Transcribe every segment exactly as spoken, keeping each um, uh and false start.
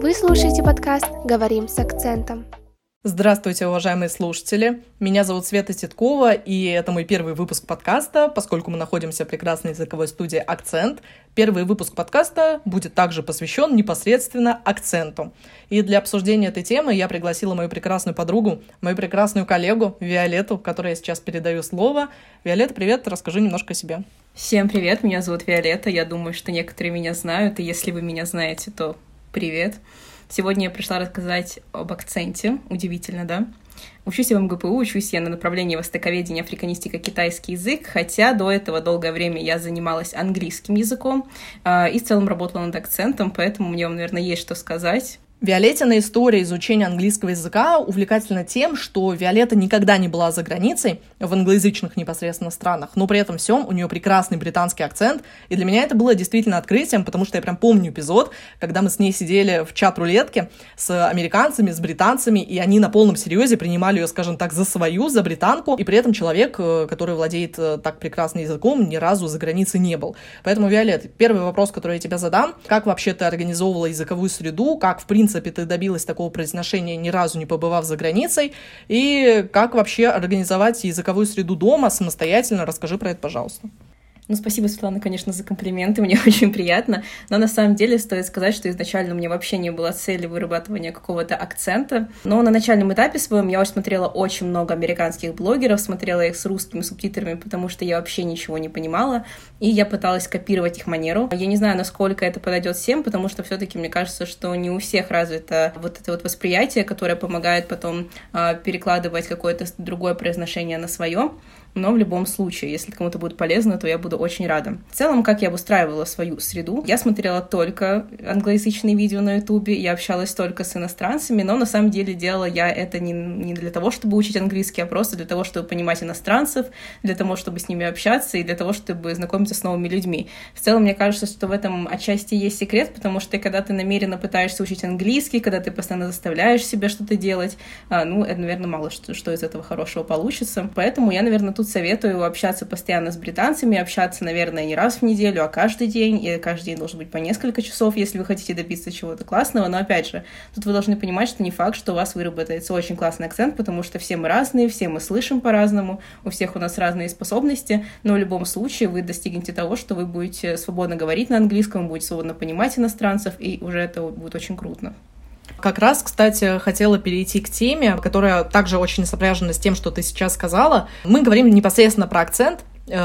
Вы слушаете подкаст «Говорим с акцентом». Здравствуйте, уважаемые слушатели! Меня зовут Света Титкова, и это мой первый выпуск подкаста, поскольку мы находимся в прекрасной языковой студии «Акцент». Первый выпуск подкаста будет также посвящен непосредственно акценту. И для обсуждения этой темы я пригласила мою прекрасную подругу, мою прекрасную коллегу Виолетту, которой я сейчас передаю слово. Виолетта, привет, расскажи немножко о себе. Всем привет, меня зовут Виолетта, я думаю, что некоторые меня знают, и если вы меня знаете, то привет. Сегодня я пришла рассказать об акценте. Удивительно, да? Учусь я в эм гэ пэ у, учусь я на направлении востоковедения, африканистика, китайский язык, хотя до этого долгое время я занималась английским языком э, и в целом работала над акцентом, поэтому мне вам, наверное, есть что сказать. Виолеттина история изучения английского языка увлекательна тем, что Виолетта никогда не была за границей, в англоязычных непосредственно странах, но при этом всем у нее прекрасный британский акцент, и для меня это было действительно открытием, потому что я прям помню эпизод, когда мы с ней сидели в чат-рулетке с американцами, с британцами, и они на полном серьезе принимали ее, скажем так, за свою, за британку, и при этом человек, который владеет так прекрасным языком, ни разу за границей не был. Поэтому, Виолетта, первый вопрос, который я тебе задам: как вообще ты организовывала языковую среду, как, в принципе, В принципе, ты добилась такого произношения, ни разу не побывав за границей, и как вообще организовать языковую среду дома самостоятельно? Расскажи про это, пожалуйста. Ну, спасибо, Светлана, конечно, за комплименты, мне очень приятно, но на самом деле стоит сказать, что изначально у меня вообще не было цели вырабатывания какого-то акцента, но на начальном этапе своем я уже смотрела очень много американских блогеров, смотрела их с русскими субтитрами, потому что я вообще ничего не понимала, и я пыталась копировать их манеру. Я не знаю, насколько это подойдет всем, потому что все-таки мне кажется, что не у всех развито вот это вот восприятие, которое помогает потом э, перекладывать какое-то другое произношение на свое. Но в любом случае, если кому-то будет полезно, то я буду очень рада. В целом, как я обустраивала свою среду, я смотрела только англоязычные видео на Ютубе, я общалась только с иностранцами, но на самом деле делала я это не, не для того, чтобы учить английский, а просто для того, чтобы понимать иностранцев, для того, чтобы с ними общаться и для того, чтобы знакомиться с новыми людьми. В целом, мне кажется, что в этом отчасти есть секрет, потому что когда ты намеренно пытаешься учить английский, когда ты постоянно заставляешь себя что-то делать, ну, это, наверное, мало что, что из этого хорошего получится. Поэтому я, наверное, тут советую общаться постоянно с британцами, общаться, наверное, не раз в неделю, а каждый день, и каждый день должен быть по несколько часов, если вы хотите добиться чего-то классного, но, опять же, тут вы должны понимать, что не факт, что у вас выработается очень классный акцент, потому что все мы разные, все мы слышим по-разному, у всех у нас разные способности, но в любом случае вы достигнете того, что вы будете свободно говорить на английском, будете свободно понимать иностранцев, и уже это будет очень круто. Как раз, кстати, хотела перейти к теме, которая также очень сопряжена с тем, что ты сейчас сказала. Мы говорим непосредственно про акцент.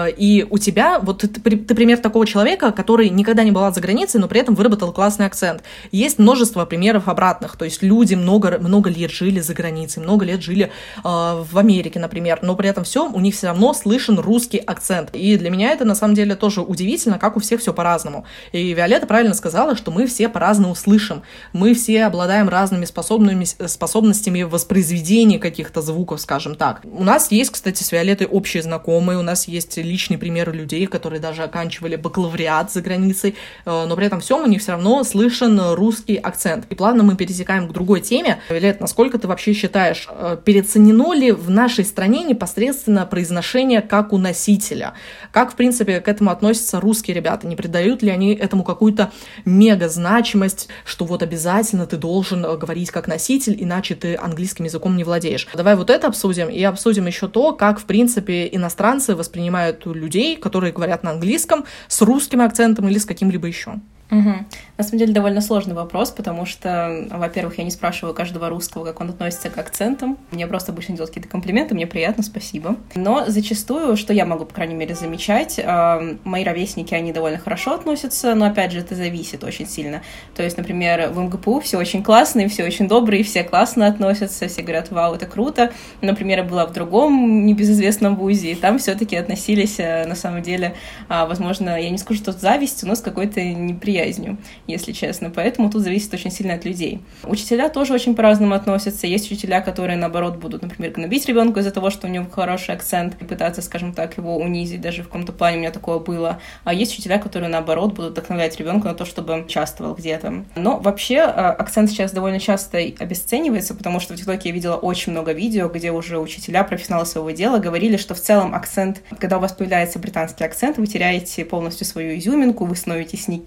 И у тебя, вот ты, ты пример такого человека, который никогда не была за границей, но при этом выработал классный акцент. Есть множество примеров обратных, то есть люди много, много лет жили за границей, много лет жили э, в Америке, например, но при этом всем у них все равно слышен русский акцент. И для меня это на самом деле тоже удивительно, как у всех все по-разному. И Виолетта правильно сказала, что мы все по-разному слышим, мы все обладаем разными способностями, способностями воспроизведения каких-то звуков, скажем так. У нас есть, кстати, с Виолеттой общие знакомые, у нас есть личные примеры людей, которые даже оканчивали бакалавриат за границей, но при этом всем у них все равно слышен русский акцент. И плавно мы пересекаем к другой теме. Виолетта, насколько ты вообще считаешь, переоценено ли в нашей стране непосредственно произношение как у носителя? Как, в принципе, к этому относятся русские ребята? Не придают ли они этому какую-то мега-значимость, что вот обязательно ты должен говорить как носитель, иначе ты английским языком не владеешь? Давай вот это обсудим, и обсудим еще то, как, в принципе, иностранцы воспринимают людей, которые говорят на английском с русским акцентом или с каким-либо еще. Угу. На самом деле довольно сложный вопрос, потому что, во-первых, я не спрашиваю каждого русского, как он относится к акцентам. Мне просто обычно делают какие-то комплименты, мне приятно, спасибо. Но зачастую, что я могу, по крайней мере, замечать, э, мои ровесники, они довольно хорошо относятся, но, опять же, это зависит очень сильно. То есть, например, в эм гэ пэ у все очень классные, все очень добрые, все классно относятся, все говорят: вау, это круто. Например, я была в другом небезызвестном вузе, и там все-таки относились, на самом деле, возможно, я не скажу, что с завистью, но с какой-то неприязнью, если честно. Поэтому тут зависит очень сильно от людей. Учителя тоже очень по-разному относятся. Есть учителя, которые, наоборот, будут, например, гнобить ребенка из-за того, что у него хороший акцент, и пытаться, скажем так, его унизить. Даже в каком-то плане у меня такое было. А есть учителя, которые, наоборот, будут вдохновлять ребенка на то, чтобы участвовал где-то. Но вообще акцент сейчас довольно часто обесценивается, потому что в ТикТоке я видела очень много видео, где уже учителя, профессионалы своего дела говорили, что в целом акцент, когда у вас появляется британский акцент, вы теряете полностью свою изюминку, вы становитесь никем, вы становитесь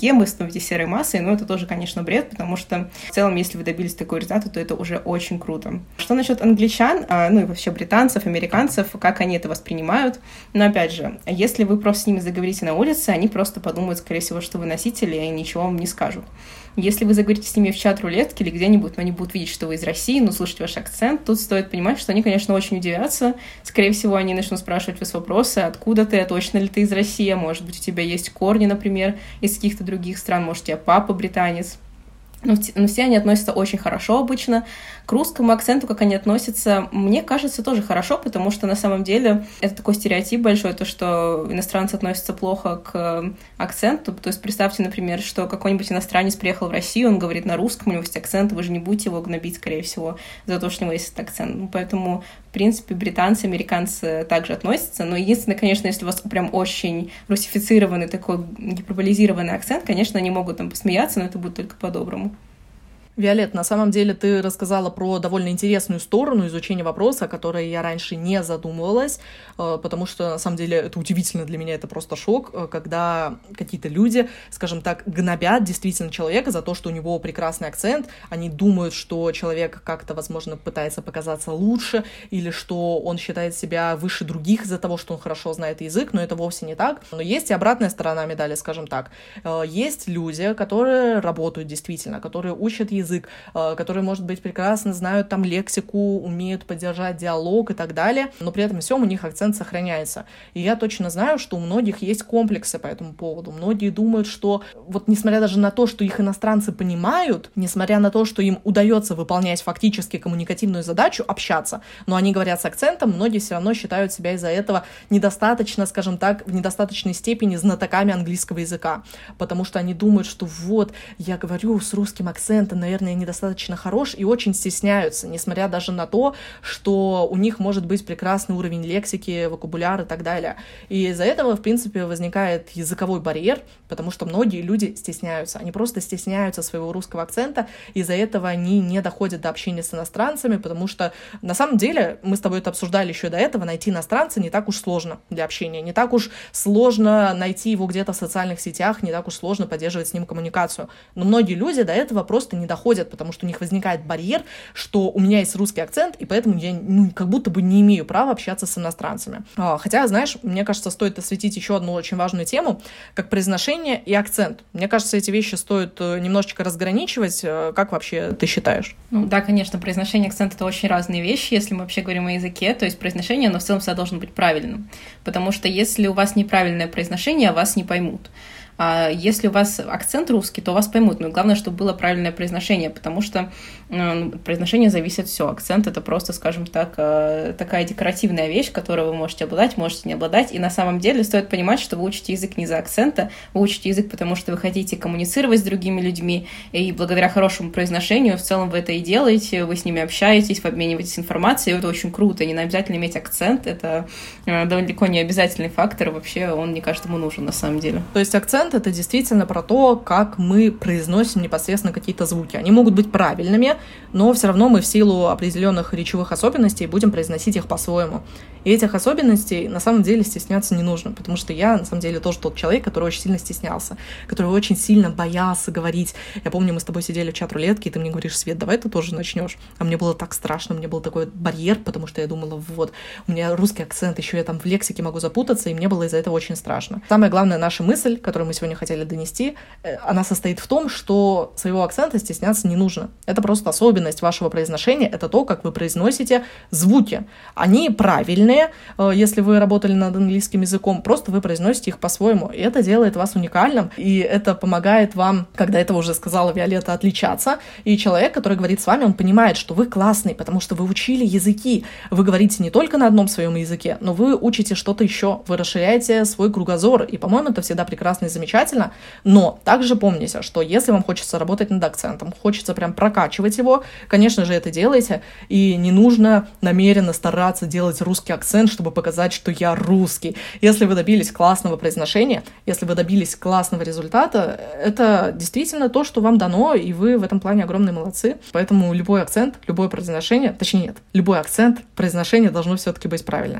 становитесь серой массой, но это тоже, конечно, бред, потому что в целом, если вы добились такого результата, то это уже очень круто. Что насчет англичан, ну и вообще британцев, американцев, как они это воспринимают? Но опять же, если вы просто с ними заговорите на улице, они просто подумают, скорее всего, что вы носитель, и ничего вам не скажут. Если вы заговорите с ними в чат-рулетке или где-нибудь, но они будут видеть, что вы из России, но слушать ваш акцент, тут стоит понимать, что они, конечно, очень удивятся. Скорее всего, они начнут спрашивать вас вопросы, откуда ты, точно ли ты из России, а может быть, у тебя есть корни, например, из каких-то других стран, может, у тебя папа британец. Но, но все они относятся очень хорошо обычно. К русскому акценту, как они относятся, мне кажется, тоже хорошо, потому что на самом деле это такой стереотип большой, то, что иностранцы относятся плохо к акценту. То есть представьте, например, что какой-нибудь иностранец приехал в Россию, он говорит на русском, у него есть акцент, вы же не будете его гнобить, скорее всего, за то, что у него есть этот акцент. Ну, поэтому, в принципе, британцы, американцы также относятся. Но единственное, конечно, если у вас прям очень русифицированный, такой гиперболизированный акцент, конечно, они могут там посмеяться, но это будет только по-доброму. Виолет, на самом деле ты рассказала про довольно интересную сторону изучения вопроса, о которой я раньше не задумывалась, потому что, на самом деле, это удивительно для меня, это просто шок, когда какие-то люди, скажем так, гнобят действительно человека за то, что у него прекрасный акцент, они думают, что человек как-то, возможно, пытается показаться лучше, или что он считает себя выше других из-за того, что он хорошо знает язык, но это вовсе не так. Но есть и обратная сторона медали, скажем так. Есть люди, которые работают действительно, которые учат язык, язык, которые, может быть, прекрасно знают там лексику, умеют поддержать диалог и так далее, но при этом всем у них акцент сохраняется. И я точно знаю, что у многих есть комплексы по этому поводу. Многие думают, что вот несмотря даже на то, что их иностранцы понимают, несмотря на то, что им удается выполнять фактически коммуникативную задачу, общаться, но они говорят с акцентом, многие все равно считают себя из-за этого недостаточно, скажем так, в недостаточной степени знатоками английского языка, потому что они думают, что вот, я говорю с русским акцентом, наверное, недостаточно хорош, и очень стесняются, несмотря даже на то, что у них может быть прекрасный уровень лексики, вокабуляр и так далее. И из-за этого, в принципе, возникает языковой барьер, потому что многие люди стесняются. Они просто стесняются своего русского акцента, и из-за этого они не доходят до общения с иностранцами, потому что, на самом деле, мы с тобой это обсуждали еще до этого, найти иностранца не так уж сложно для общения, не так уж сложно найти его где-то в социальных сетях, не так уж сложно поддерживать с ним коммуникацию. Но многие люди до этого просто не доходят, потому что у них возникает барьер, что у меня есть русский акцент, и поэтому я ну, как будто бы не имею права общаться с иностранцами. Хотя, знаешь, мне кажется, стоит осветить еще одну очень важную тему, как произношение и акцент. Мне кажется, эти вещи стоит немножечко разграничивать. Как вообще ты считаешь? Ну, да, конечно, произношение и акцент — это очень разные вещи, если мы вообще говорим о языке, то есть произношение, оно в целом всегда должно быть правильным, потому что если у вас неправильное произношение, вас не поймут. А если у вас акцент русский, то вас поймут. Но главное, чтобы было правильное произношение, потому что э, произношение зависит все. Акцент — это просто, скажем так, э, такая декоративная вещь, которой вы можете обладать, можете не обладать. И на самом деле стоит понимать, что вы учите язык не из-за акцента, вы учите язык, потому что вы хотите коммуницировать с другими людьми, и благодаря хорошему произношению в целом вы это и делаете, вы с ними общаетесь, вы обмениваетесь информацией, и это очень круто. И не обязательно иметь акцент, это э, далеко не обязательный фактор, вообще он не каждому нужен на самом деле. То есть акцент — это действительно про то, как мы произносим непосредственно какие-то звуки. Они могут быть правильными, но все равно мы в силу определенных речевых особенностей будем произносить их по-своему. И этих особенностей на самом деле стесняться не нужно, потому что я на самом деле тоже тот человек, который очень сильно стеснялся, который очень сильно боялся говорить. Я помню, мы с тобой сидели в чат-рулетке, и ты мне говоришь: Свет, давай ты тоже начнешь. А мне было так страшно, мне был такой барьер, потому что я думала, вот, у меня русский акцент, еще я там в лексике могу запутаться, и мне было из-за этого очень страшно. Самая главная наша мысль, которую мы сегодня хотели донести, она состоит в том, что своего акцента стесняться не нужно. Это просто особенность вашего произношения, это то, как вы произносите звуки. Они правильные, если вы работали над английским языком, просто вы произносите их по-своему, и это делает вас уникальным, и это помогает вам, когда это уже сказала Виолетта, отличаться, и человек, который говорит с вами, он понимает, что вы классный, потому что вы учили языки, вы говорите не только на одном своем языке, но вы учите что-то еще, вы расширяете свой кругозор, и, по-моему, это всегда прекрасно и замечательно, но также помните, что если вам хочется работать над акцентом, хочется прям прокачивать его, конечно же, это делайте, и не нужно намеренно стараться делать русский акцент, акцент, чтобы показать, что я русский. Если вы добились классного произношения, если вы добились классного результата, это действительно то, что вам дано, и вы в этом плане огромные молодцы. Поэтому любой акцент, любое произношение, точнее нет, любой акцент, произношение должно все-таки быть правильное.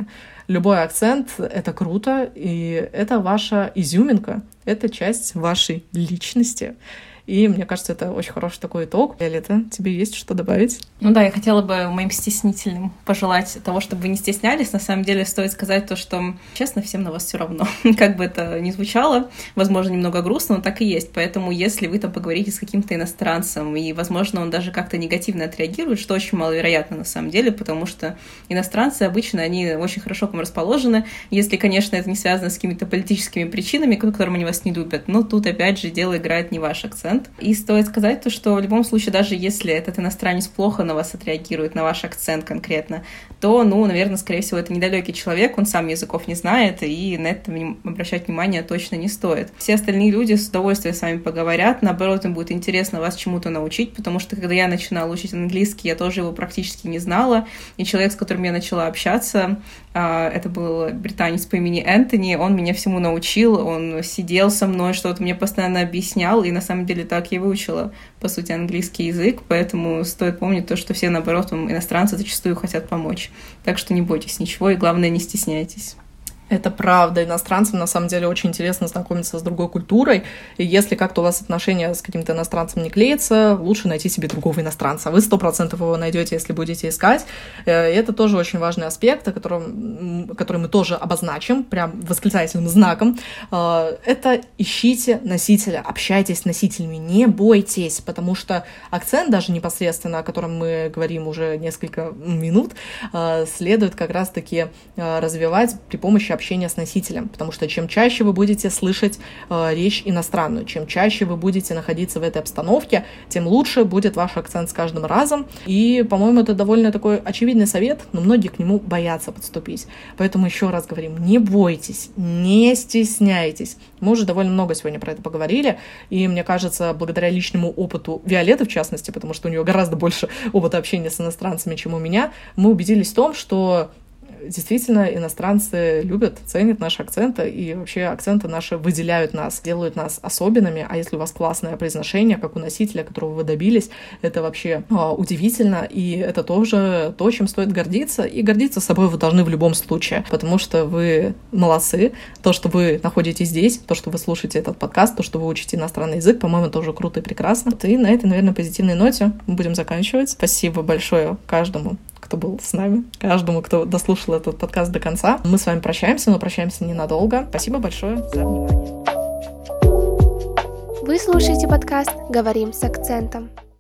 любой акцент — это круто, и это ваша изюминка, это часть вашей личности. И мне кажется, это очень хороший такой итог. Виолетта, тебе есть что добавить? Ну да, я хотела бы моим стеснительным пожелать того, чтобы вы не стеснялись. На самом деле стоит сказать то, что, честно, всем на вас все равно. Как бы это ни звучало, возможно, немного грустно, но так и есть. Поэтому если вы там поговорите с каким-то иностранцем, и, возможно, он даже как-то негативно отреагирует, что очень маловероятно на самом деле, потому что иностранцы обычно, они очень хорошо к вам расположены, если, конечно, это не связано с какими-то политическими причинами, по которым они вас не любят. Но тут, опять же, дело играет не ваш акцент. И стоит сказать то, что в любом случае, даже если этот иностранец плохо на вас отреагирует, на ваш акцент конкретно, то, ну, наверное, скорее всего, это недалекий человек, он сам языков не знает, и на это обращать внимание точно не стоит. Все остальные люди с удовольствием с вами поговорят, наоборот, им будет интересно вас чему-то научить, потому что, когда я начинала учить английский, я тоже его практически не знала, и человек, с которым я начала общаться, это был британец по имени Энтони, он меня всему научил, он сидел со мной, что-то мне постоянно объяснял, и на самом деле так я выучила, по сути, английский язык, поэтому стоит помнить то, что все, наоборот, вам иностранцы зачастую хотят помочь. Так что не бойтесь ничего, и главное, не стесняйтесь. Это правда. Иностранцам, на самом деле, очень интересно знакомиться с другой культурой. И если как-то у вас отношения с каким-то иностранцем не клеятся, лучше найти себе другого иностранца. Вы сто процентов его найдете, если будете искать. И это тоже очень важный аспект, о котором, который мы тоже обозначим прям восклицательным знаком. Это ищите носителя, общайтесь с носителями, не бойтесь, потому что акцент, даже непосредственно, о котором мы говорим уже несколько минут, следует как раз-таки развивать при помощи общения общения с носителем, потому что чем чаще вы будете слышать э, речь иностранную, чем чаще вы будете находиться в этой обстановке, тем лучше будет ваш акцент с каждым разом. И, по-моему, это довольно такой очевидный совет, но многие к нему боятся подступить. Поэтому еще раз говорим, не бойтесь, не стесняйтесь. Мы уже довольно много сегодня про это поговорили, и мне кажется, благодаря личному опыту Виолетты, в частности, потому что у нее гораздо больше опыта общения с иностранцами, чем у меня, мы убедились в том, что действительно иностранцы любят, ценят наши акценты, и вообще акценты наши выделяют нас, делают нас особенными. А если у вас классное произношение, как у носителя, которого вы добились, это вообще а, удивительно, и это тоже то, чем стоит гордиться. И гордиться собой вы должны в любом случае, потому что вы молодцы. То, что вы находитесь здесь, то, что вы слушаете этот подкаст, то, что вы учите иностранный язык, по-моему, тоже круто и прекрасно. И на этой, наверное, позитивной ноте мы будем заканчивать. Спасибо большое каждому, кто был с нами, каждому, кто дослушал этот подкаст до конца. Мы с вами прощаемся, но прощаемся ненадолго. Спасибо большое за внимание. Вы слушаете подкаст «Говорим с акцентом».